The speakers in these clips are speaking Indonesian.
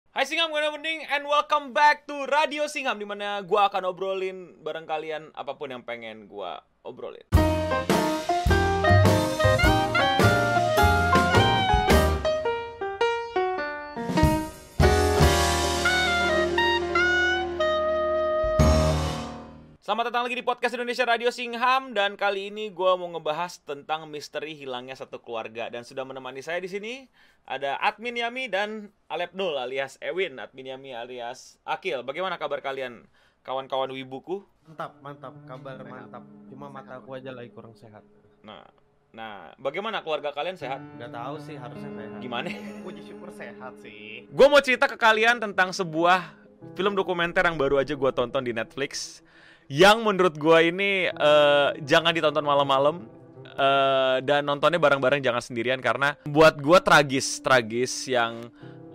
Hai Singham, gimana mending? And welcome back to Radio Singham, dimana gua akan obrolin bareng kalian apapun yang pengen gua obrolin. Selamat datang lagi di podcast Indonesia Radio Singham, dan kali ini gue mau ngebahas tentang misteri hilangnya satu keluarga. Dan sudah menemani saya di sini ada Admin Yami dan Alepnul alias Ewin, Admin Yami alias Akil. Bagaimana kabar kalian, kawan-kawan wibuku? Mantap, kabar mantap. Cuma mata aku aja lagi kurang sehat. Nah, bagaimana keluarga kalian sehat? Gak tahu sih, harusnya sehat. Gimana? Puji syukur sehat sih. Gue mau cerita ke kalian tentang sebuah film dokumenter yang baru aja gue tonton di Netflix, yang menurut gue ini jangan ditonton malam-malam, dan nontonnya bareng-bareng, jangan sendirian, karena buat gue tragis yang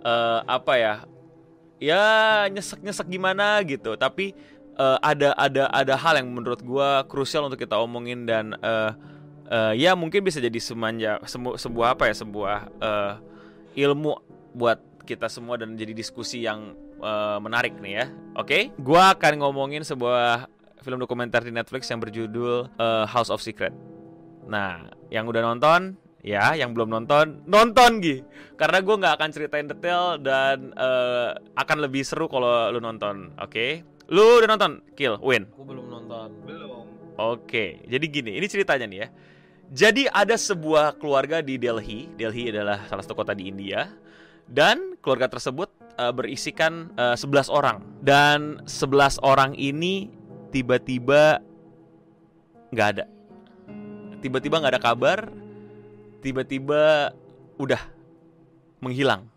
nyesek gimana gitu. Tapi ada hal yang menurut gue krusial untuk kita omongin, dan ya mungkin bisa jadi sebuah ilmu buat kita semua, dan jadi diskusi yang menarik nih ya. Oke? Gue akan ngomongin sebuah film dokumenter di Netflix yang berjudul House of Secret. Nah, yang udah nonton, ya, yang belum nonton Gi. Karena gue nggak akan ceritain detail, dan akan lebih seru kalau lu nonton. Oke? Lu udah nonton, Kill, Win? Aku belum nonton. Belum. Oke, jadi gini, ini ceritanya nih ya. Jadi ada sebuah keluarga di Delhi. Delhi adalah salah satu kota di India. Dan keluarga tersebut berisikan 11 orang. Dan 11 orang ini tiba-tiba nggak ada. Tiba-tiba nggak ada kabar. Tiba-tiba udah menghilang.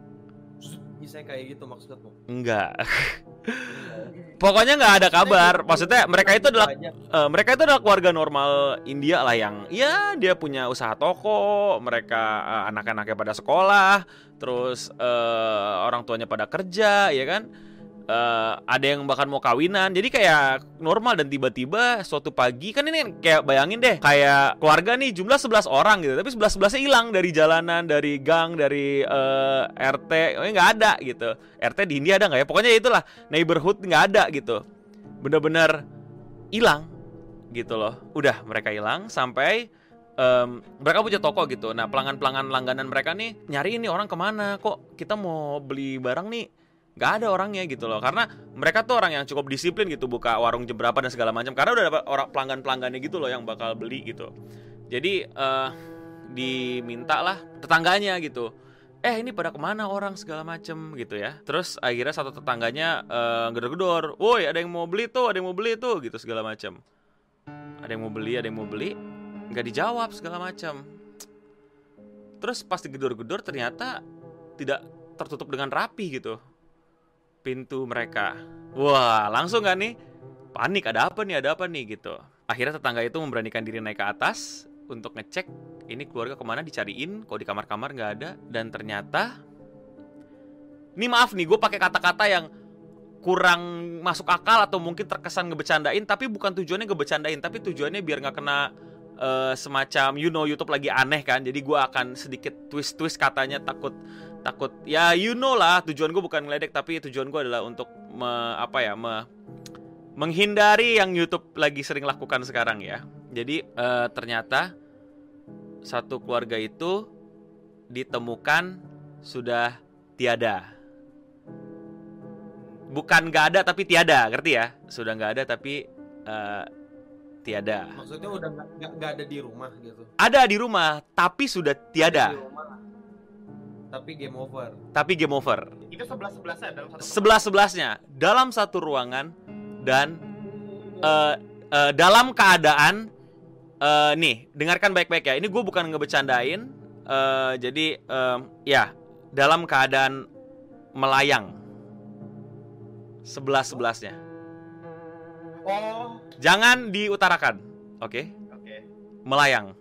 Bisa kayak gitu maksudmu? Enggak. Pokoknya nggak ada kabar. Maksudnya mereka itu adalah keluarga normal India lah, yang ya dia punya usaha toko, mereka anak-anaknya pada sekolah, terus orang tuanya pada kerja, ya kan? Ada yang bahkan mau kawinan. Jadi kayak normal, dan tiba-tiba suatu pagi, kan ini kayak bayangin deh, kayak keluarga nih jumlah 11 orang gitu, tapi 11-11-nya hilang dari jalanan, dari gang, dari RT, nggak ada gitu. RT di India ada nggak ya? Pokoknya itulah, neighborhood nggak ada gitu. Bener-bener hilang gitu loh. Udah, mereka hilang sampai mereka punya toko gitu. Nah, pelanggan-pelanggan langganan mereka nih nyari ini orang kemana, kok kita mau beli barang nih nggak ada orangnya gitu loh. Karena mereka tuh orang yang cukup disiplin gitu, buka warung jam berapa dan segala macam, karena udah dapat orang pelanggan-pelanggannya gitu loh yang bakal beli gitu. Jadi diminta lah tetangganya gitu, ini pada kemana orang segala macem gitu ya. Terus akhirnya satu tetangganya gedor-gedor, woi ada yang mau beli tuh gitu segala macam. Ada yang mau beli, nggak dijawab segala macam. Terus pas digedor-gedor ternyata tidak tertutup dengan rapi gitu pintu mereka. Wah, langsung kan nih panik, ada apa nih gitu. Akhirnya tetangga itu memberanikan diri naik ke atas untuk ngecek ini keluarga kemana, dicariin, kok di kamar-kamar nggak ada. Dan ternyata, ini maaf nih, gue pakai kata-kata yang kurang masuk akal atau mungkin terkesan ngebecandain, tapi bukan tujuannya ngebecandain, tapi tujuannya biar nggak kena semacam YouTube lagi aneh kan. Jadi gue akan sedikit twist katanya, takut ya lah, tujuan gue bukan ngeledek, tapi tujuan gue adalah untuk menghindari yang YouTube lagi sering lakukan sekarang ya. Jadi ternyata satu keluarga itu ditemukan sudah tiada. Bukan nggak ada tapi tiada, ngerti ya? Sudah nggak ada tapi tiada. Maksudnya udah nggak ada di rumah gitu? Ada di rumah, tapi sudah tiada. Tapi game over. Itu 11-11-nya dalam satu 11-11-nya dalam satu ruangan, dan dalam keadaan nih, dengarkan baik-baik ya. Ini gue bukan ngebecandain. Jadi ya, dalam keadaan melayang 11-11-nya. Oh. Jangan diutarakan, oke? Oke. Melayang.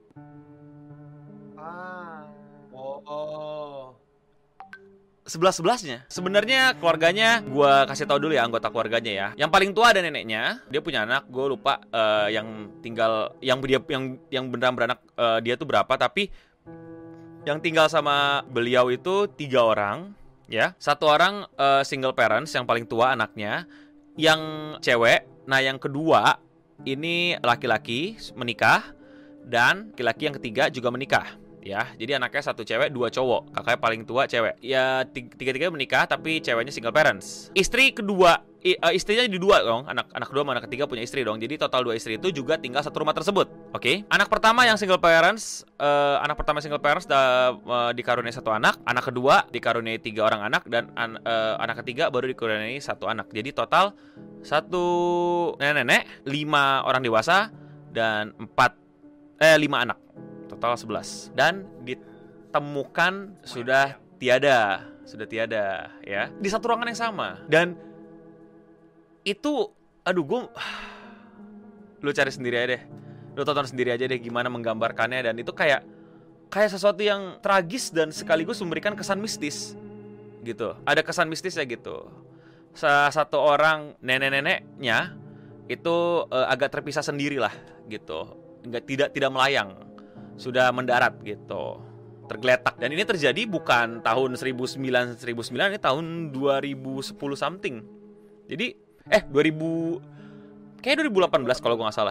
Oh. 11-11-nya. Sebenarnya keluarganya, gue kasih tahu dulu ya anggota keluarganya ya. Yang paling tua ada neneknya, dia punya anak, gue lupa yang tinggal, yang beneran beranak dia tuh berapa, tapi yang tinggal sama beliau itu 3 orang. ya. Satu orang single parents yang paling tua anaknya, yang cewek. Nah, yang kedua ini laki-laki menikah dan laki-laki yang ketiga juga menikah. Ya, jadi anaknya satu cewek, dua cowok. Kakaknya paling tua cewek. Ya, tiga-tiga menikah tapi ceweknya single parents. Istri kedua, istrinya jadi dua dong. Anak kedua sama anak ketiga punya istri dong. Jadi total 2 istri itu juga tinggal satu rumah tersebut. Oke. Anak pertama yang single parents, dikaruniai satu anak. Anak kedua dikaruniai 3 orang anak dan anak ketiga baru dikaruniai 1 anak. Jadi total 1 nenek-nenek, 5 orang dewasa dan 5 anak. Total 11. Dan ditemukan sudah tiada ya. Di satu ruangan yang sama. Dan itu lu cari sendiri aja deh. Lu tonton sendiri aja deh gimana menggambarkannya, dan itu kayak sesuatu yang tragis dan sekaligus memberikan kesan mistis gitu. Ada kesan mistisnya gitu. Satu orang nenek-neneknya itu agak terpisah sendiri lah gitu. Tidak melayang. Sudah mendarat gitu, tergeletak. Dan ini terjadi bukan tahun 1900, ini tahun 2010 something. Jadi 2018 kalau gue nggak salah.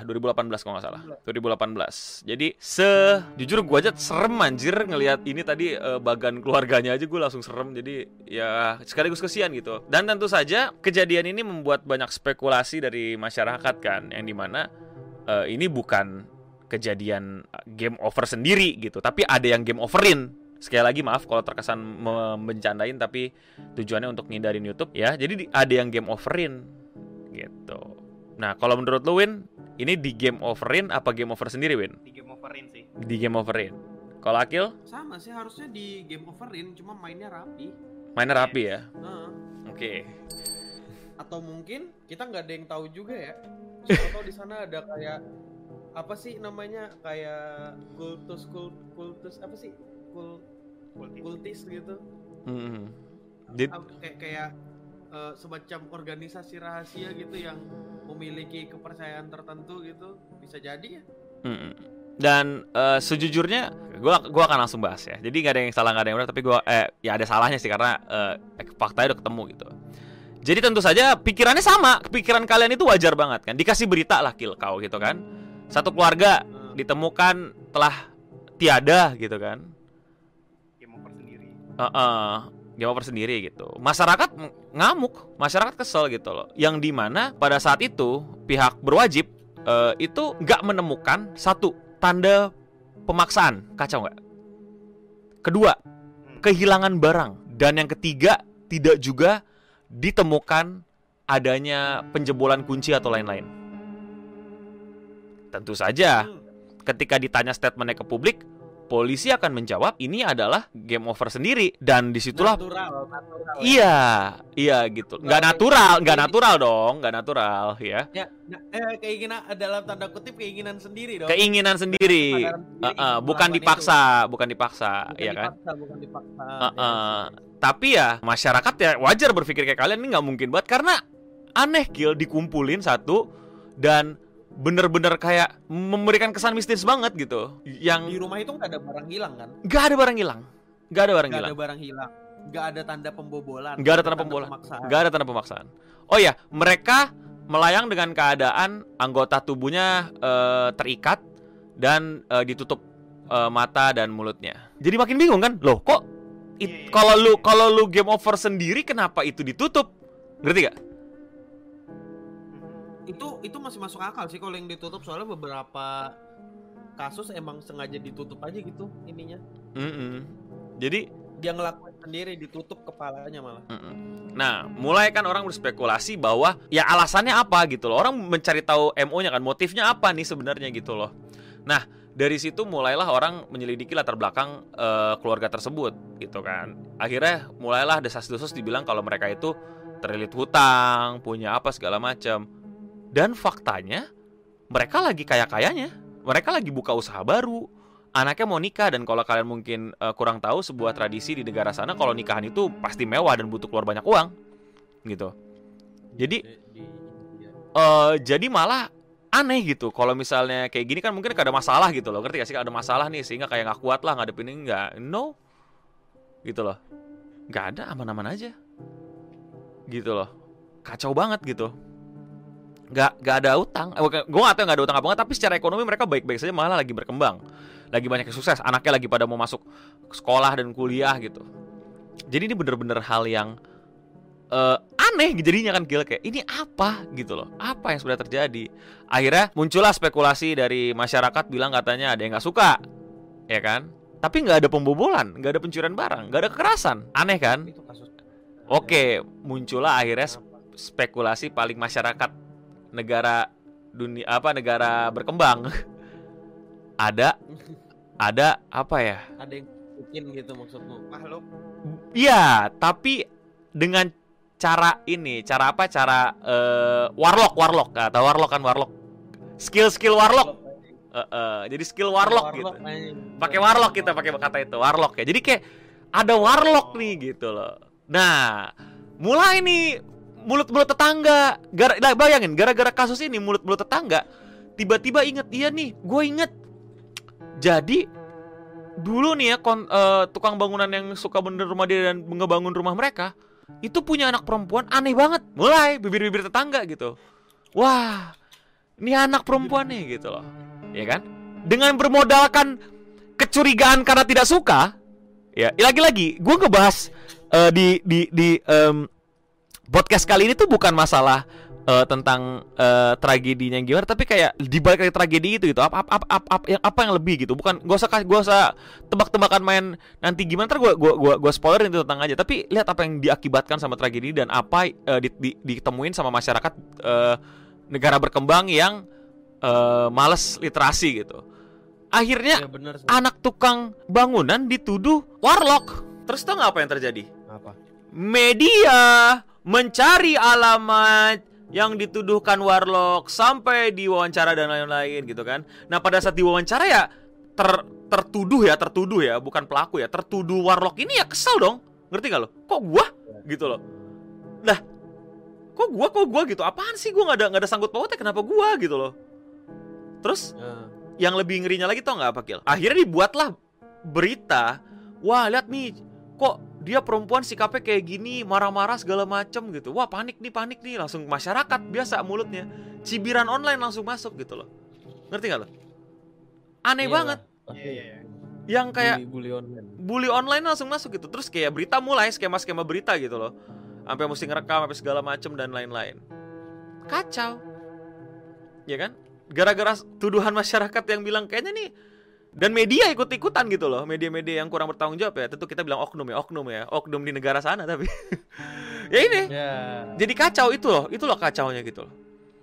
2018. Jadi jujur gue aja serem anjir ngelihat ini tadi, bagan keluarganya aja gue langsung serem. Jadi ya sekaligus kesian gitu. Dan tentu saja kejadian ini membuat banyak spekulasi dari masyarakat kan, yang dimana ini bukan kejadian game over sendiri gitu, tapi ada yang game overin. Sekali lagi maaf kalau terkesan membencandain, tapi tujuannya untuk ngindarin YouTube ya. Jadi ada yang game overin gitu. Nah, kalau menurut lu, Win, ini di game overin apa game over sendiri, Win? Di game overin sih. Di game overin. Kalau Akil? Sama sih, harusnya di game overin, cuma mainnya rapi. Mainnya rapi ya? Oke. Atau mungkin kita nggak ada yang tahu juga ya. Siapa tahu di sana ada kayak apa sih namanya, kayak kultus apa sih, kultis gitu. Kayak semacam organisasi rahasia gitu yang memiliki kepercayaan tertentu gitu, bisa jadi ya. Dan sejujurnya gue akan langsung bahas ya. Jadi nggak ada yang salah, nggak ada yang benar, tapi ya ada salahnya sih karena faktanya udah ketemu gitu. Jadi tentu saja pikirannya sama, pikiran kalian itu wajar banget kan. Dikasih berita lah kau gitu kan. Satu keluarga ditemukan telah tiada gitu kan. Game over sendiri. Game over sendiri gitu. Masyarakat ngamuk, masyarakat kesel gitu loh. Yang dimana pada saat itu pihak berwajib itu nggak menemukan satu tanda pemaksaan. Kacau nggak? Kedua, kehilangan barang. Dan yang ketiga, tidak juga ditemukan adanya penjebolan kunci atau lain-lain. Tentu saja, ketika ditanya statementnya ke publik, polisi akan menjawab ini adalah game over sendiri. Dan disitulah natural iya gitu. Nggak natural ya. Keinginan dalam tanda kutip, keinginan sendiri dong. Keinginan sendiri. Bukan dipaksa ya kan. Bukan dipaksa. Tapi ya masyarakat ya wajar berpikir kayak kalian, ini nggak mungkin banget karena aneh dikumpulin satu dan bener-bener kayak memberikan kesan mistis banget gitu. Yang di rumah itu nggak ada barang hilang kan? Nggak ada barang hilang. Nggak ada tanda pembobolan. Nggak ada tanda pemaksaan. Oh ya, mereka melayang dengan keadaan anggota tubuhnya terikat dan ditutup mata dan mulutnya. Jadi makin bingung kan? Loh, kok kalau lu game over sendiri kenapa itu ditutup? Ngerti gak? Itu masih masuk akal sih kalau yang ditutup, soalnya beberapa kasus emang sengaja ditutup aja gitu ininya. Jadi dia ngelakuin sendiri, ditutup kepalanya malah. Nah, mulai kan orang berspekulasi bahwa ya alasannya apa gitu loh. Orang mencari tahu MO-nya kan, motifnya apa nih sebenarnya gitu loh. Nah, dari situ mulailah orang menyelidiki latar belakang keluarga tersebut gitu kan. Akhirnya mulailah desas-desus dibilang kalau mereka itu terlilit hutang, punya apa segala macam. Dan faktanya mereka lagi kaya-kayanya. Mereka lagi buka usaha baru. Anaknya mau nikah, dan kalau kalian mungkin kurang tahu, sebuah tradisi di negara sana kalau nikahan itu pasti mewah dan butuh keluar banyak uang gitu. Jadi malah aneh gitu kalau misalnya kayak gini kan, mungkin ada masalah gitu loh. Ngerti gak sih? Ada masalah nih sehingga kayak gak kuat lah ngadepin ini, enggak. No gitu loh. nggak ada, aman-aman aja gitu loh. Kacau banget gitu. Nggak ada utang. Gue nggak tahu nggak ada utang apa nggak, tapi secara ekonomi mereka baik-baik saja, malah lagi berkembang, lagi banyak yang sukses, anaknya lagi pada mau masuk sekolah dan kuliah gitu. Jadi ini bener-bener hal yang aneh jadinya kan, Gil, kayak ini apa gitu loh, apa yang sudah terjadi. Akhirnya muncullah spekulasi dari masyarakat bilang katanya ada yang nggak suka, ya kan? Tapi nggak ada pembobolan, nggak ada pencurian barang, nggak ada kekerasan, aneh kan? Itu kasus. Oke, muncullah akhirnya spekulasi paling masyarakat negara dunia negara berkembang. ada apa ya? Ada yang bikin gitu maksudmu? Makhluk. Iya, tapi dengan cara warlock atau warlock kan, warlock. Skill warlock. Jadi skill warlock gitu. Pakai warlock, kita pakai kata itu, warlock ya. Jadi kayak ada warlock nih gitu loh. Nah, mulai nih mulut-mulut tetangga. Bayangin, gara-gara kasus ini mulut-mulut tetangga tiba-tiba inget, iya nih, gue inget. Jadi dulu nih ya tukang bangunan yang suka bener rumah dia dan ngebangun rumah mereka itu punya anak perempuan aneh banget. Mulai bibir-bibir tetangga gitu. Wah, ini anak perempuan nih gitu loh. Ya kan? Dengan bermodalkan kecurigaan karena tidak suka. Ya, lagi-lagi gue ngebahas di podcast kali ini tuh bukan masalah tentang tragedinya gimana, tapi kayak di balik dari tragedi itu gitu, apa yang lebih gitu. Bukan gua usah tebak-tebakan main nanti gimana, ntar gua spoilerin itu tentang aja. Tapi lihat apa yang diakibatkan sama tragedi dan apa ditemuin sama masyarakat negara berkembang yang males literasi gitu. Akhirnya ya, anak tukang bangunan dituduh warlock. Terus tau nggak apa yang terjadi? Apa? Media mencari alamat yang dituduhkan warlock sampai diwawancara dan lain-lain gitu kan. Nah, pada saat diwawancara ya tertuduh ya, bukan pelaku ya, tertuduh warlock ini ya kesel dong. Ngerti gak lo? Kok gua? Gitu loh. Lah, kok gua gitu? Apaan sih, gua nggak ada sangkut pautnya, kenapa gua gitu loh. Terus yang lebih ngerinya lagi tau nggak apa, Kil? Akhirnya dibuatlah berita. Wah, lihat nih, kok dia perempuan sikapnya kayak gini, marah-marah segala macem gitu. Wah, panik nih, langsung masyarakat biasa mulutnya. Cibiran online langsung masuk gitu loh. Ngerti gak lo? Aneh banget. Iya. Yang kayak bully online langsung masuk gitu. Terus kayak berita mulai skema-skema berita gitu loh. Sampai mesti ngerekam sampai segala macem dan lain-lain. Kacau. Ya kan? Gara-gara tuduhan masyarakat yang bilang kayaknya nih, dan media ikut-ikutan gitu loh. Media-media yang kurang bertanggung jawab ya. Tentu kita bilang oknum ya. Oknum di negara sana tapi ya ini. Jadi kacau itu loh kacaunya gitu loh.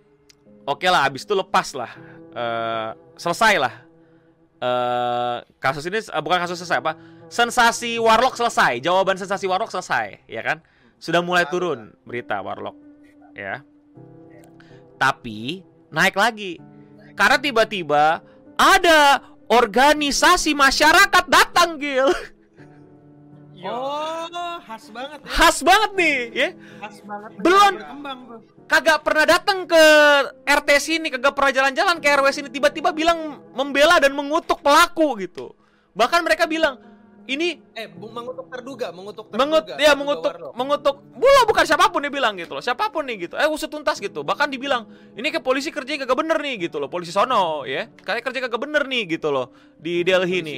Oke lah, abis itu lepas lah. Selesai lah. Kasus ini bukan kasus selesai apa? Sensasi warlock selesai. Jawaban sensasi warlock selesai, ya kan? Sudah mulai turun berita warlock, ya. Tapi naik lagi. Karena tiba-tiba ada organisasi masyarakat datang, Gil. Oh, khas banget ya. Khas banget nih, ya. Khas banget. Belum berkembang tuh. Kagak pernah datang ke RT sini, kagak pernah jalan-jalan ke RW sini, tiba-tiba bilang membela dan mengutuk pelaku gitu. Bahkan mereka bilang, ini mengutuk terduga. Mengutuk bukan siapapun dia bilang gitu loh. Siapapun nih gitu. Usut tuntas gitu. Bahkan dibilang, ini ke polisi kerjanya kagak bener nih gitu loh. Polisi sono ya. Kayak kerja kagak bener nih gitu loh di Delhi nih.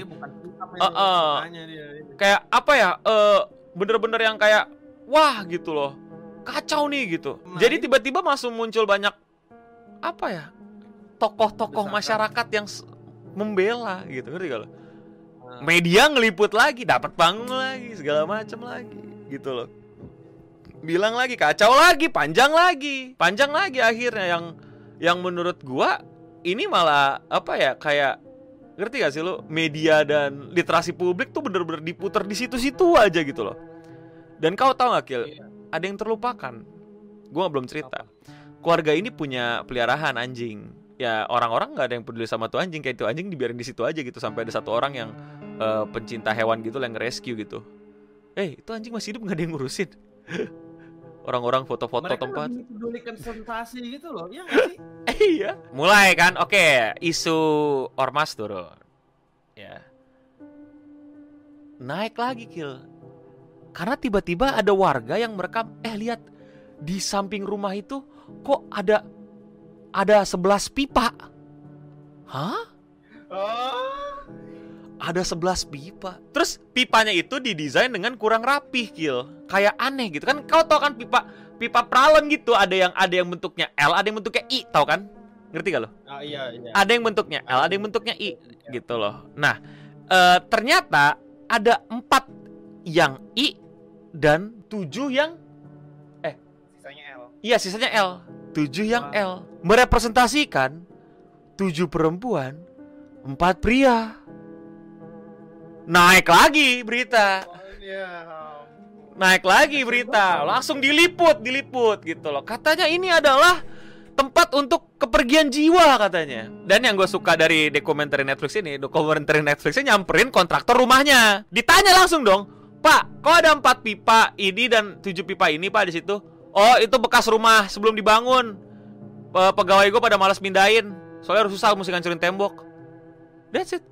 Kayak apa ya? Bener-bener yang kayak wah gitu loh. Kacau nih gitu. Jadi tiba-tiba muncul banyak apa ya? Tokoh-tokoh masyarakat yang membela gitu. Ngerti gak lo? Media ngeliput lagi, dapat panggung lagi, segala macam lagi, gitu loh. Bilang lagi, kacau lagi, panjang lagi akhirnya yang menurut gua ini malah apa ya, kayak ngerti gak sih lo, media dan literasi publik tuh bener-bener diputer di situ-situ aja gitu loh. Dan kau tahu gak, Kil? Ada yang terlupakan. Gua belum cerita. Keluarga ini punya peliharaan anjing. Ya orang-orang nggak ada yang peduli sama tuh anjing, kayak itu anjing dibiarin di situ aja gitu sampai ada satu orang yang pencinta hewan gitu yang nge-rescue gitu. Itu anjing masih hidup, nggak ada yang ngurusin. Orang-orang foto-foto tempat. Mereka lebih pedulikan sensasi gitu loh, ya nggak sih? Iya. Mulai kan, oke, isu ormas turun. Ya. Naik lagi, Kil. Karena tiba-tiba ada warga yang merekam, lihat di samping rumah itu kok ada 11 pipa. Hah? Ada 11 pipa. Terus pipanya itu didesain dengan kurang rapih, Kil. Kayak aneh gitu kan. Kau tau kan pipa pralon gitu, ada yang bentuknya L, ada yang bentuknya I, tau kan? Ngerti gak lo? Iya. Ada yang bentuknya L, ada yang bentuknya I, gitu loh. Nah, ternyata ada 4 yang I dan 7 yang Sisanya L. Iya, sisanya L. 7 yang L. Merepresentasikan 7 perempuan, 4 pria. Naik lagi berita. Naik lagi berita. Langsung diliput gitu loh. Katanya ini adalah tempat untuk kepergian jiwa katanya. Dan yang gue suka dari dokumenter Netflixnya nyamperin kontraktor rumahnya. Ditanya langsung dong, "Pak, kok ada 4 pipa ini dan 7 pipa ini, Pak, di situ?" "Oh, itu bekas rumah sebelum dibangun. Pegawai gue pada malas mindahin. Soalnya harus susah, mesti ngancurin tembok." That's it.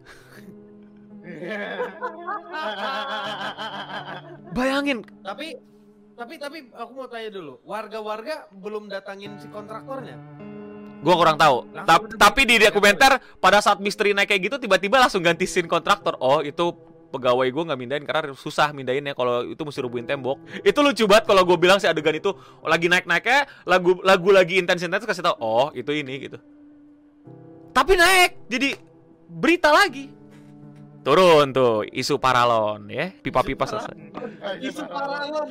Bayangin. Tapi aku mau tanya dulu. Warga-warga belum datangin si kontraktornya? Gua kurang tahu. Tapi di dokumenter pada saat misteri naik kayak gitu tiba-tiba langsung ganti scene kontraktor. Oh, itu pegawai gue nggak mindahin karena susah mindahinnya kalau itu mesti rubuhin tembok. Itu lucu banget kalau gue bilang si adegan itu lagi naik-naiknya, lagu lagi intens-intens kasih tahu, "Oh, itu ini," gitu. Tapi naik jadi berita lagi. Turun tuh isu paralon ya, pipa-pipa selesai. Isu paralon.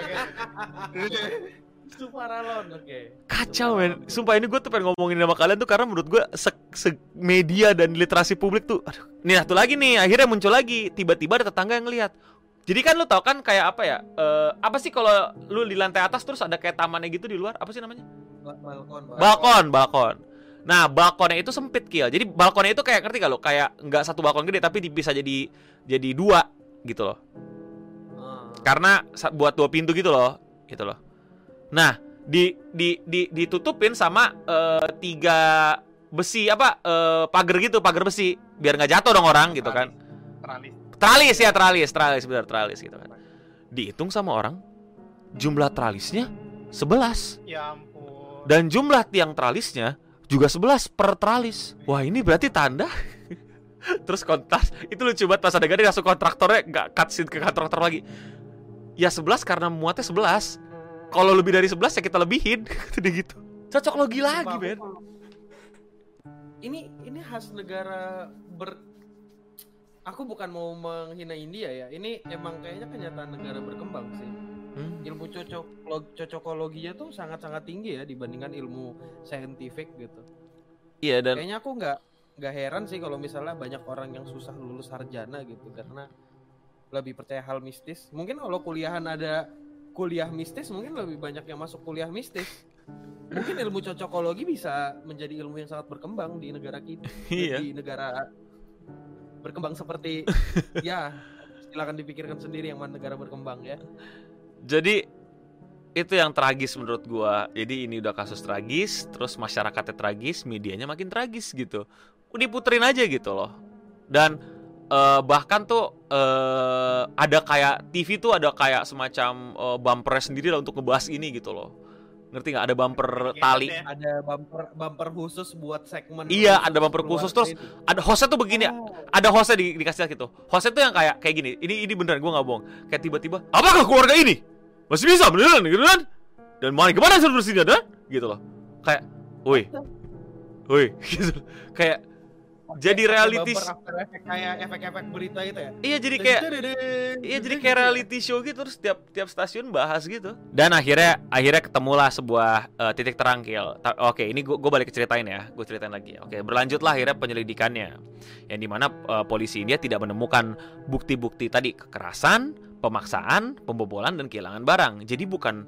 Isu paralon, oke. Kacau men, sumpah ini gue tuh pengen ngomongin sama kalian tuh karena menurut gue media dan literasi publik tuh, aduh. Nih satu lagi nih, akhirnya muncul lagi, tiba-tiba ada tetangga yang ngeliat. Jadi kan lu tau kan kayak apa ya? Apa sih kalau lu di lantai atas terus ada kayak tamannya gitu di luar, apa sih namanya? Balkon. Nah, balkonnya itu sempit, Kiel. Jadi balkonnya itu kayak, ngerti gak lo? Kayak nggak satu balkon gede tapi bisa jadi 2 gitu loh. Karena buat 2 pintu gitu loh. Nah, ditutupin sama 3 besi pagar gitu, pagar besi biar nggak jatuh dong orang gitu kan. Tralis benar, tralis gitu kan. Dihitung sama orang, jumlah tralisnya 11. Ya ampun. Dan jumlah tiang tralisnya juga 11 per tralis. Wah, ini berarti tanda. Terus kontras. Itu lucu banget pas adegan langsung kontraktornya nggak cutscene ke kontraktor lagi. Ya 11 karena muatnya 11. Kalau lebih dari 11 ya kita lebihin. Gitu. Cocok logi lagi, men. Ini khas negara Aku bukan mau menghina India ya. Ini emang kayaknya kenyataan negara berkembang sih. Ilmu cocokologinya tuh sangat-sangat tinggi ya dibandingkan ilmu saintifik gitu. Iya, dan kayaknya aku nggak heran sih kalau misalnya banyak orang yang susah lulus sarjana gitu karena lebih percaya hal mistis. Mungkin kalau ada kuliah mistis, mungkin lebih banyak yang masuk kuliah mistis. Mungkin ilmu cocokologi bisa menjadi ilmu yang sangat berkembang di negara kita. Iya. Di negara berkembang seperti ya, silakan dipikirkan sendiri yang mana negara berkembang ya. Jadi itu yang tragis menurut gua. Jadi ini udah kasus tragis, terus masyarakatnya tragis, medianya makin tragis gitu. Udah diputerin aja gitu loh. Dan bahkan tuh ada kayak TV tuh ada kayak semacam bumper sendiri lah untuk ngebahas ini gitu loh. Ngerti nggak? Ada bumper tali. Ada bumper khusus buat segmen. Iya, ada bumper khusus terus ada hostnya tuh begini. Ada hostnya dikasih gitu. Hostnya tuh yang kayak gini. Ini beneran, gue nggak bohong. Kayak tiba-tiba, apakah keluarga ini masih bisa beneran gitu kan? Dan mau kemana solusinya dan? Gitu loh. Kayak, woi, gitu. Kayak jadi reality kayak efek-efek berita itu ya. Iya, jadi kayak reality show gitu, terus tiap stasiun bahas gitu. Dan akhirnya ketemulah sebuah titik terang, Kiel. Oke, ini gue balik ke ceritain ya. Gue ceritain lagi. Oke, berlanjutlah akhirnya penyelidikannya. Yang dimana polisi India tidak menemukan bukti-bukti tadi kekerasan, pemaksaan, pembobolan dan kehilangan barang. Jadi bukan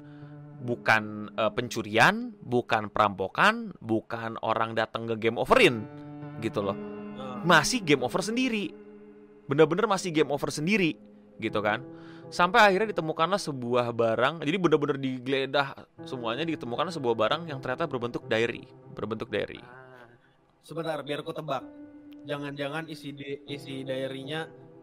pencurian, bukan perampokan, bukan orang datang ke game overin gitu loh. Masih game over sendiri. Bener-bener masih game over sendiri gitu kan. Sampai akhirnya ditemukanlah sebuah barang. Jadi bener-bener digeledah semuanya, ditemukanlah sebuah barang yang ternyata berbentuk diary. Sebentar, biar aku tebak. Jangan-jangan isi diary-nya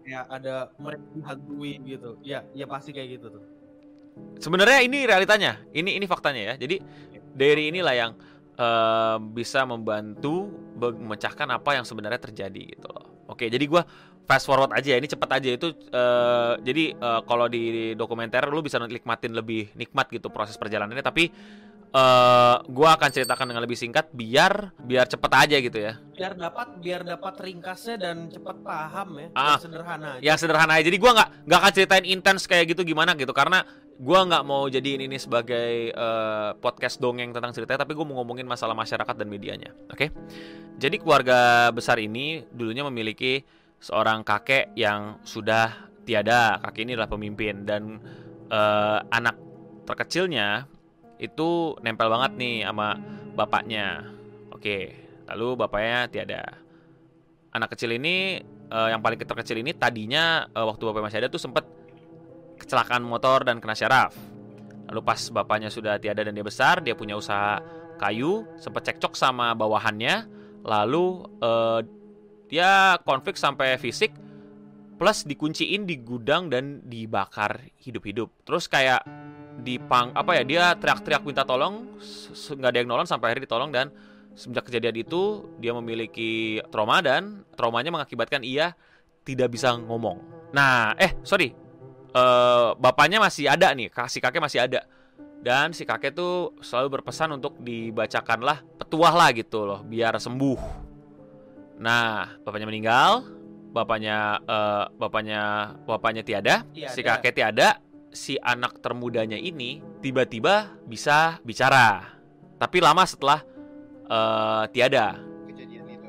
kayak ada mereka dihantui gitu. Ya, ya pasti kayak gitu tuh. Sebenarnya ini realitanya, ini faktanya ya. Jadi Derry inilah yang bisa membantu memecahkan apa yang sebenarnya terjadi gitu loh. Oke, jadi gue fast forward aja, ini cepet aja itu. Jadi kalau di dokumenter lu bisa nikmatin lebih nikmat gitu proses perjalanannya, tapi gue akan ceritakan dengan lebih singkat biar cepet aja gitu ya. Biar dapat ringkasnya dan cepat paham ya. Ah, Yang sederhana aja. Yang sederhana aja. Jadi gue nggak akan ceritain intens kayak gitu gimana gitu, karena gue nggak mau jadiin ini sebagai podcast dongeng tentang ceritanya, tapi gue mau ngomongin masalah masyarakat dan medianya. Oke? Jadi keluarga besar ini dulunya memiliki seorang kakek yang sudah tiada. Kakek ini adalah pemimpin, dan anak terkecilnya itu nempel banget nih sama bapaknya. Oke, lalu bapaknya tiada. Anak kecil ini, yang paling terkecil ini tadinya waktu bapaknya masih ada tuh sempet kecelakaan motor dan kena syaraf. Lalu pas bapaknya sudah tiada dan dia besar, dia punya usaha kayu, sempet cekcok sama bawahannya. Lalu dia konflik sampai fisik, plus dikunciin di gudang dan dibakar hidup-hidup. Terus kayak dia teriak-teriak minta tolong, nggak ada yang nolong, sampai akhirnya ditolong. Dan semenjak kejadian itu dia memiliki trauma, dan traumanya mengakibatkan ia tidak bisa ngomong. Nah, bapaknya masih ada nih, si kakek masih ada. Dan si kakek tuh selalu berpesan untuk dibacakanlah petuah lah gitu loh, biar sembuh. Nah, bapaknya meninggal, bapaknya tiada, si kakek tiada. Si anak termudanya ini tiba-tiba bisa bicara, tapi lama setelah tiada. Kejadian itu.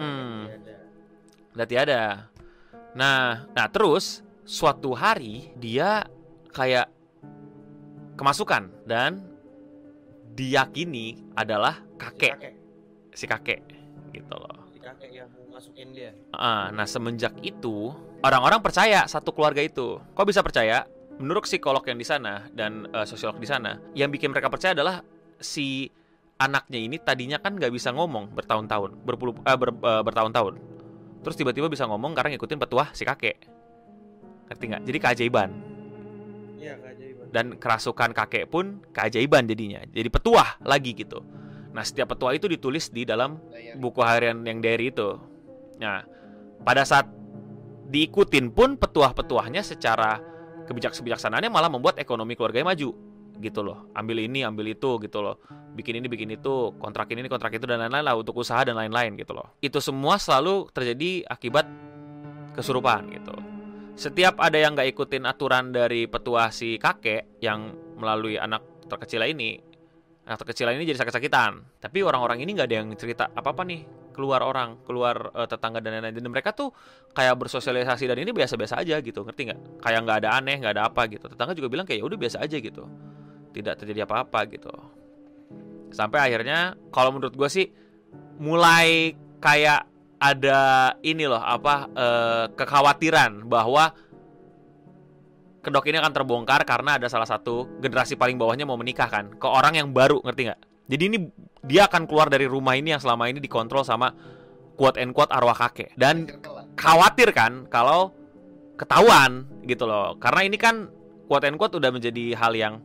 Udah tiada. Nah terus suatu hari dia kayak kemasukan dan diyakini adalah si kakek gitu loh. Si kakek yang masukin dia. Nah semenjak itu orang-orang percaya, satu keluarga itu. Kok bisa percaya? Menurut psikolog yang di sana dan sosiolog di sana, yang bikin mereka percaya adalah si anaknya ini tadinya kan nggak bisa ngomong bertahun-tahun, bertahun-tahun. Terus tiba-tiba bisa ngomong karena ngikutin petuah si kakek. Ngerti nggak? Jadi keajaiban. Iya, keajaiban. Dan kerasukan kakek pun keajaiban jadinya. Jadi petuah lagi gitu. Nah, setiap petuah itu ditulis di dalam buku harian yang diary itu. Nah, pada saat diikutin pun petuah-petuahnya secara kebijaksanaannya malah membuat ekonomi keluarganya maju gitu loh. Ambil ini, ambil itu gitu loh. Bikin ini, bikin itu, kontrak ini, kontrak itu, dan lain-lain lah, untuk usaha dan lain-lain gitu loh. Itu semua selalu terjadi akibat kesurupan gitu. Setiap ada yang nggak ikutin aturan dari petuah si kakek yang melalui anak terkecil ini jadi sakit-sakitan. Tapi orang-orang ini nggak ada yang cerita apa-apa nih, keluar tetangga dan lain-lain. Dan mereka tuh kayak bersosialisasi dan ini biasa-biasa aja gitu, ngerti nggak? Kayak nggak ada aneh, nggak ada apa gitu. Tetangga juga bilang kayak udah biasa aja gitu, tidak terjadi apa-apa gitu. Sampai akhirnya kalau menurut gue sih mulai kayak ada ini loh kekhawatiran bahwa kedok ini akan terbongkar karena ada salah satu generasi paling bawahnya mau menikah kan ke orang yang baru, ngerti nggak? Jadi ini dia akan keluar dari rumah ini yang selama ini dikontrol sama quote and quote arwah kakek, dan khawatir kan kalau ketahuan gitu loh, karena ini kan quote and quote udah menjadi hal yang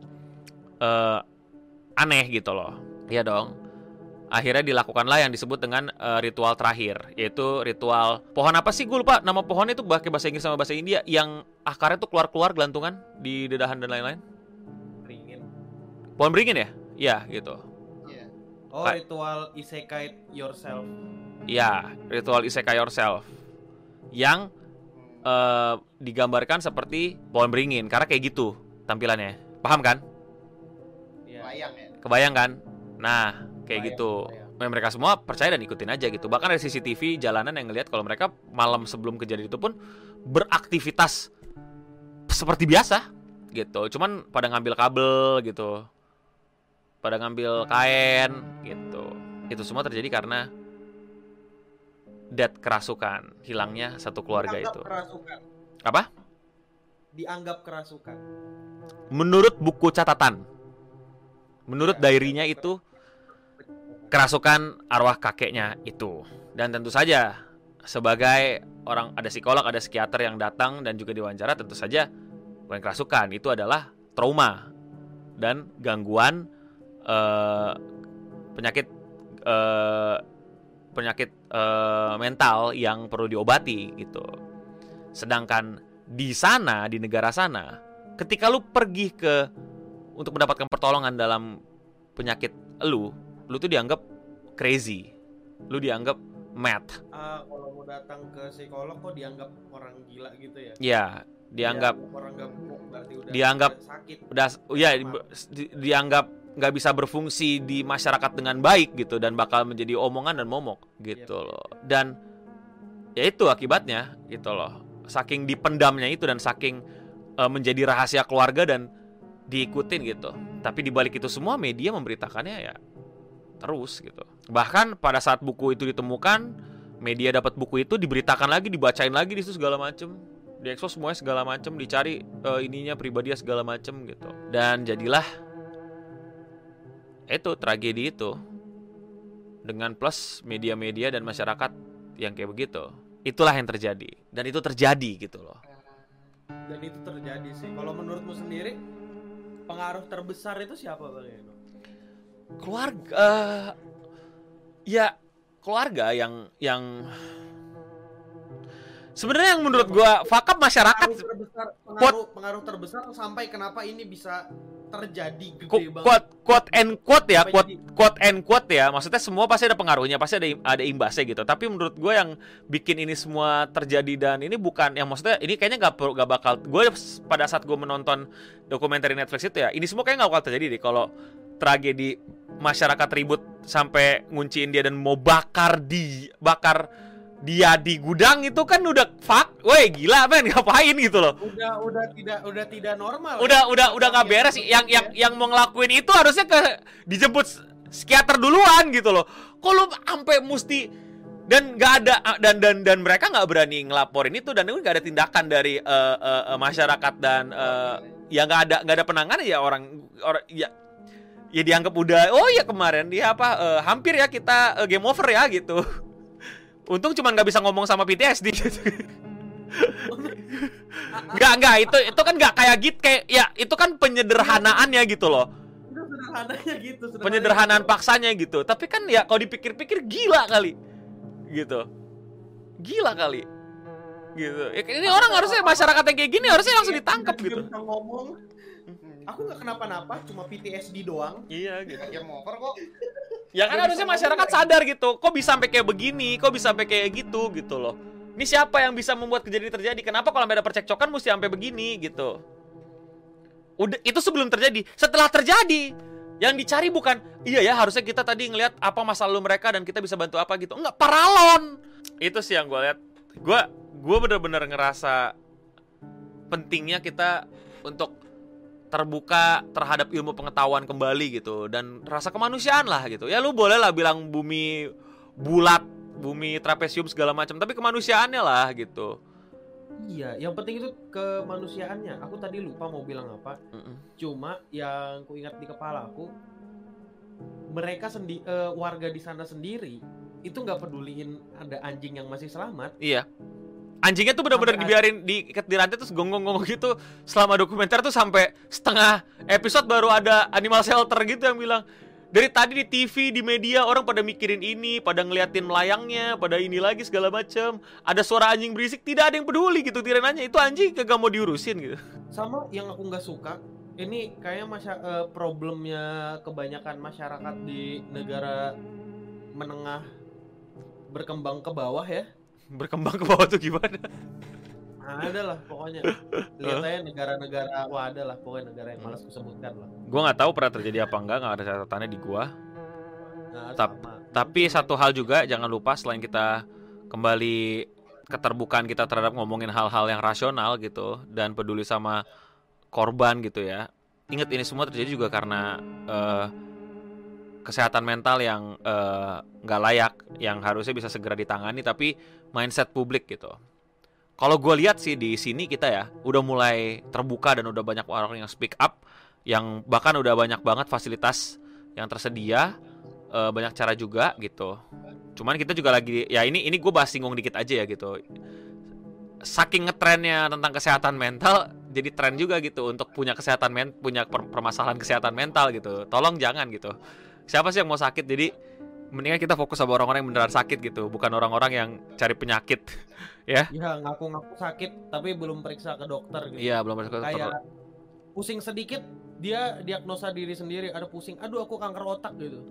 aneh gitu loh. Iya dong. Akhirnya dilakukanlah yang disebut dengan ritual terakhir, yaitu ritual pohon apa sih, gue lupa nama pohonnya itu, pakai bahasa Inggris sama bahasa India, yang akarnya tuh keluar gelantungan di dedahan dan lain-lain. Beringin. Pohon beringin ya? Iya gitu. Oh, ritual isekai yourself. Iya, ritual isekai yourself, yang digambarkan seperti pohon beringin karena kayak gitu tampilannya. Paham kan? Kebayang ya? Kebayang kan? Nah, kayak gitu. Mereka semua percaya dan ikutin aja gitu. Bahkan ada CCTV jalanan yang ngelihat kalau mereka malam sebelum kejadian itu pun beraktivitas seperti biasa gitu. Cuman pada ngambil kabel gitu, pada ngambil kain gitu. Itu semua terjadi karena death kerasukan, hilangnya satu keluarga itu. Kerasukan. Apa? Dianggap kerasukan. Menurut buku catatan, menurut diary-nya itu kerasukan arwah kakeknya itu. Dan tentu saja sebagai orang, ada psikolog, ada psikiater yang datang dan juga diwawancara, tentu saja bukan kerasukan, itu adalah trauma dan gangguan penyakit mental yang perlu diobati gitu. Sedangkan di sana, di negara sana, ketika lu pergi untuk mendapatkan pertolongan dalam penyakit lu tuh dianggap crazy, lu dianggap mad. Kalau mau datang ke psikolog kok dianggap orang gila gitu ya? Ya, dianggap orang gabuk, berarti udah dianggap sakit. Dianggap nggak bisa berfungsi di masyarakat dengan baik gitu, dan bakal menjadi omongan dan momok gitu loh. Dan ya itu akibatnya gitu loh. Saking dipendamnya itu dan saking menjadi rahasia keluarga dan diikutin gitu. Tapi dibalik itu semua media memberitakannya ya terus gitu. Bahkan pada saat buku itu ditemukan, media dapat buku itu, diberitakan lagi, dibacain lagi di situ segala macem, diekspos semuanya segala macem, dicari ininya pribadinya segala macem gitu. Dan jadilah itu tragedi itu, dengan plus media-media dan masyarakat yang kayak begitu. Itulah yang terjadi, dan itu terjadi gitu loh. Dan itu terjadi sih. Kalau menurutmu sendiri, pengaruh terbesar itu siapa Bang Eno? Keluarga. Ya keluarga yang sebenarnya yang menurut gua fuck up masyarakat. Pengaruh terbesar sampai kenapa ini bisa terjadi gede banget. Quote and quote ya. Maksudnya semua pasti ada pengaruhnya, pasti ada imbasnya gitu. Tapi menurut gue yang bikin ini semua terjadi, dan ini bukan yang, maksudnya ini kayaknya nggak bakal. Gue pada saat gue menonton dokumenter Netflix itu ya, ini semua kayaknya nggak bakal terjadi deh kalau tragedi masyarakat ribut sampai ngunciin dia dan mau bakar dia di gudang. Itu kan udah fuck, woi gila men, ngapain gitu loh. Udah tidak normal. Udah nggak beres. Yang mau ngelakuin itu harusnya dijemput psikiater duluan gitu loh. Kok lu sampai mesti, dan nggak ada, dan mereka nggak berani ngelaporin itu, dan itu nggak ada tindakan dari masyarakat, dan ya nggak ada penanganan ya, orang ya dianggap udah, oh ya kemarin dia hampir ya kita game over ya gitu. Untung cuma nggak bisa ngomong sama PTSD gitu. Nggak, itu kan nggak kayak gitu, kayak ya itu kan penyederhanaannya gitu loh. Penyederhanaan paksanya gitu. Tapi kan ya kalau dipikir-pikir gila kali gitu. Ini orang harusnya, masyarakat yang kayak gini harusnya langsung ditangkap gitu. Ngomong, aku nggak kenapa-napa, cuma PTSD doang. Iya gitu. Game over kok. Ya kan harusnya masyarakat sadar gitu. Kok bisa sampai kayak begini? Kok bisa sampai kayak gitu loh. Ini siapa yang bisa membuat kejadian terjadi? Kenapa kalau ada percekcokan mesti sampai begini gitu? Udah, itu sebelum terjadi. Setelah terjadi, yang dicari bukan iya ya harusnya kita tadi ngelihat apa masa lalu mereka dan kita bisa bantu apa gitu. Enggak, paralon. Itu sih yang gue lihat. Gue bener-bener ngerasa pentingnya kita untuk terbuka terhadap ilmu pengetahuan kembali gitu, dan rasa kemanusiaan lah gitu. Ya lu boleh lah bilang bumi bulat, bumi trapesium segala macam, tapi kemanusiaannya lah gitu. Iya, yang penting itu kemanusiaannya. Aku tadi lupa mau bilang apa. Cuma yang ku ingat di kepalaku, mereka warga di sana sendiri itu nggak peduliin ada anjing yang masih selamat. Iya. Anjingnya tuh benar-benar dibiarin diikat di rantai terus gonggong-gonggong gitu selama dokumenter tuh, sampai setengah episode baru ada animal shelter gitu yang bilang, dari tadi di TV, di media orang pada mikirin ini, pada ngeliatin melayangnya, pada ini lagi segala macem, ada suara anjing berisik, tidak ada yang peduli gitu, tidak nanya itu anjing kagak mau diurusin gitu. Sama yang aku nggak suka, ini kayaknya problemnya kebanyakan masyarakat di negara menengah berkembang ke bawah ya. Berkembang ke bawah tuh gimana? Ada lah pokoknya. Lihat aja negara-negara, ada lah pokoknya negara yang malas kusebutkan lah. Gua nggak tahu pernah terjadi apa enggak ada catatannya di gua. Tapi satu hal juga jangan lupa, selain kita kembali keterbukaan kita terhadap ngomongin hal-hal yang rasional gitu dan peduli sama korban gitu ya. Ingat ini semua terjadi juga karena kesehatan mental yang nggak layak, yang harusnya bisa segera ditangani, tapi mindset publik gitu. Kalau gue lihat sih di sini kita ya udah mulai terbuka dan udah banyak orang yang speak up, yang bahkan udah banyak banget fasilitas yang tersedia, banyak cara juga gitu. Cuman kita juga lagi ya ini gue bahas singgung dikit aja ya gitu. saking ngetrennya tentang kesehatan mental, jadi tren juga gitu untuk punya punya permasalahan kesehatan mental gitu. Tolong jangan gitu. Siapa sih yang mau sakit? Jadi mendingan kita fokus sama orang-orang yang beneran sakit gitu, bukan orang-orang yang cari penyakit. Ya. Iya, ngaku-ngaku sakit tapi belum periksa ke dokter gitu. Iya, belum periksa ke dokter. Kayak pusing sedikit dia diagnosa diri sendiri, ada pusing, aduh aku kanker otak gitu.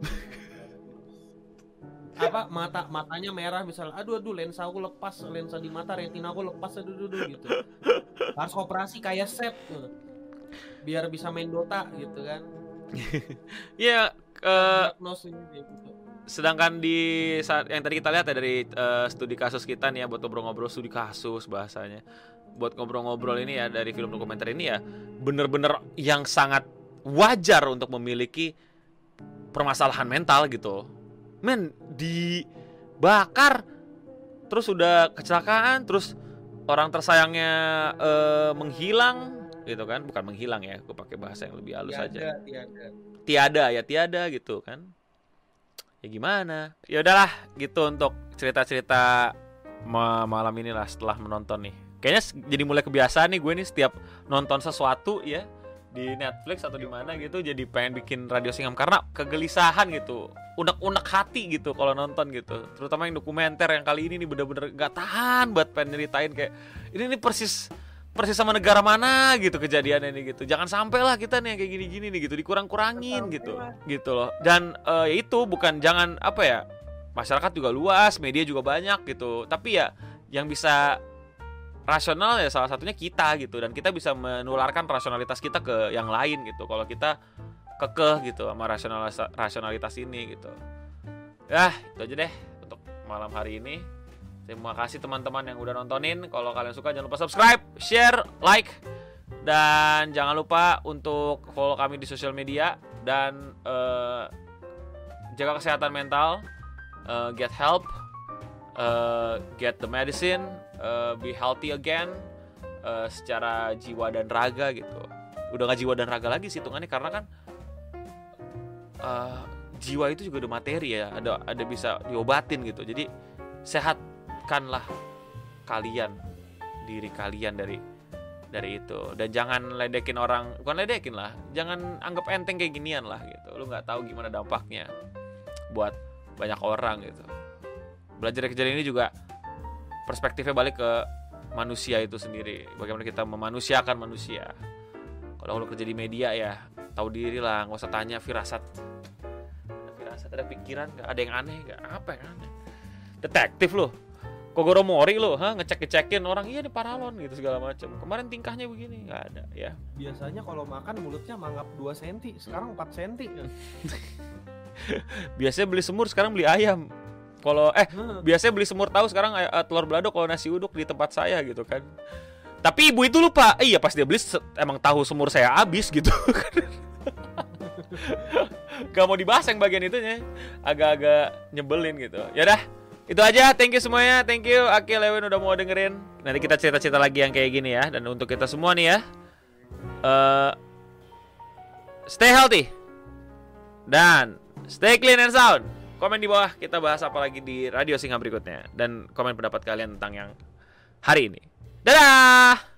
Apa matanya merah misalnya, aduh lensa aku lepas, lensa di mata retina aku lepas, aduh gitu. Harus operasi kayak set gitu. Biar bisa main Dota gitu kan. Iya, diagnosis gitu. Sedangkan di saat yang tadi kita lihat ya dari studi kasus kita nih ya, buat ngobrol-ngobrol studi kasus bahasanya, buat ngobrol-ngobrol ini ya dari film dokumenter ini ya, bener-bener yang sangat wajar untuk memiliki permasalahan mental gitu. Men, dibakar, terus udah kecelakaan, terus orang tersayangnya menghilang gitu kan, bukan menghilang ya, gue pakai bahasa yang lebih halus aja. Tiada gitu kan. Ya gimana? Ya udahlah gitu untuk cerita-cerita malam ini lah setelah menonton nih. Kayaknya jadi mulai kebiasaan nih gue nih setiap nonton sesuatu ya di Netflix atau di mana gitu, jadi pengen bikin Radio Singham karena kegelisahan gitu, unek-unek hati gitu kalau nonton gitu. Terutama yang dokumenter yang kali ini nih bener-bener gak tahan buat pengen nyeritain kayak ini persis sama negara mana gitu kejadiannya nih gitu. Jangan sampai lah kita nih yang kayak gini-gini nih gitu dikurang-kurangin gitu loh. Dan ya itu bukan jangan apa ya, masyarakat juga luas, media juga banyak gitu. Tapi ya yang bisa rasional ya salah satunya kita gitu, dan kita bisa menularkan rasionalitas kita ke yang lain gitu. Kalau kita kekeh gitu sama rasionalitas ini gitu. Ya itu aja deh untuk malam hari ini. Terima kasih teman-teman yang udah nontonin. Kalau kalian suka jangan lupa subscribe, share, like, dan jangan lupa untuk follow kami di sosial media dan jaga kesehatan mental, get help, get the medicine, be healthy again, secara jiwa dan raga gitu. Udah gak jiwa dan raga lagi sih hitungannya, karena kan jiwa itu juga udah materi ya, ada bisa diobatin gitu. Jadi sehatkanlah diri kalian dari itu, dan jangan ledekin orang, bukan ledekin lah, jangan anggap enteng kayak ginian lah gitu. Lu nggak tahu gimana dampaknya buat banyak orang gitu. Belajar dari kejadian ini juga perspektifnya balik ke manusia itu sendiri, bagaimana kita memanusiakan manusia. Kalau lu kerja di media ya tahu diri lah, nggak usah tanya firasat, ada pikiran nggak, ada yang aneh nggak, apa yang aneh. Detektif lo, Kogoro Mori lo, ngecek-ngecekin orang, iya nih paralon gitu segala macam. Kemarin tingkahnya begini, nggak ada ya. Biasanya kalau makan mulutnya manggap 2 cm, sekarang 4 cm. Biasanya beli semur, sekarang beli ayam. Kalau biasanya beli semur tahu, sekarang telur balado kalau nasi uduk di tempat saya gitu kan. Tapi ibu itu lupa, iya pas dia beli emang tahu semur saya habis gitu. Gak mau dibahas yang bagian itunya, agak-agak nyebelin gitu. Yaudah, itu aja. Thank you semuanya. Thank you Akil, Lewin udah mau dengerin. Nanti kita cerita-cerita lagi yang kayak gini ya. Dan untuk kita semua nih ya, stay healthy dan stay clean and sound. Komen di bawah kita bahas apa lagi di Radio Singham berikutnya, dan komen pendapat kalian tentang yang hari ini. Dadah.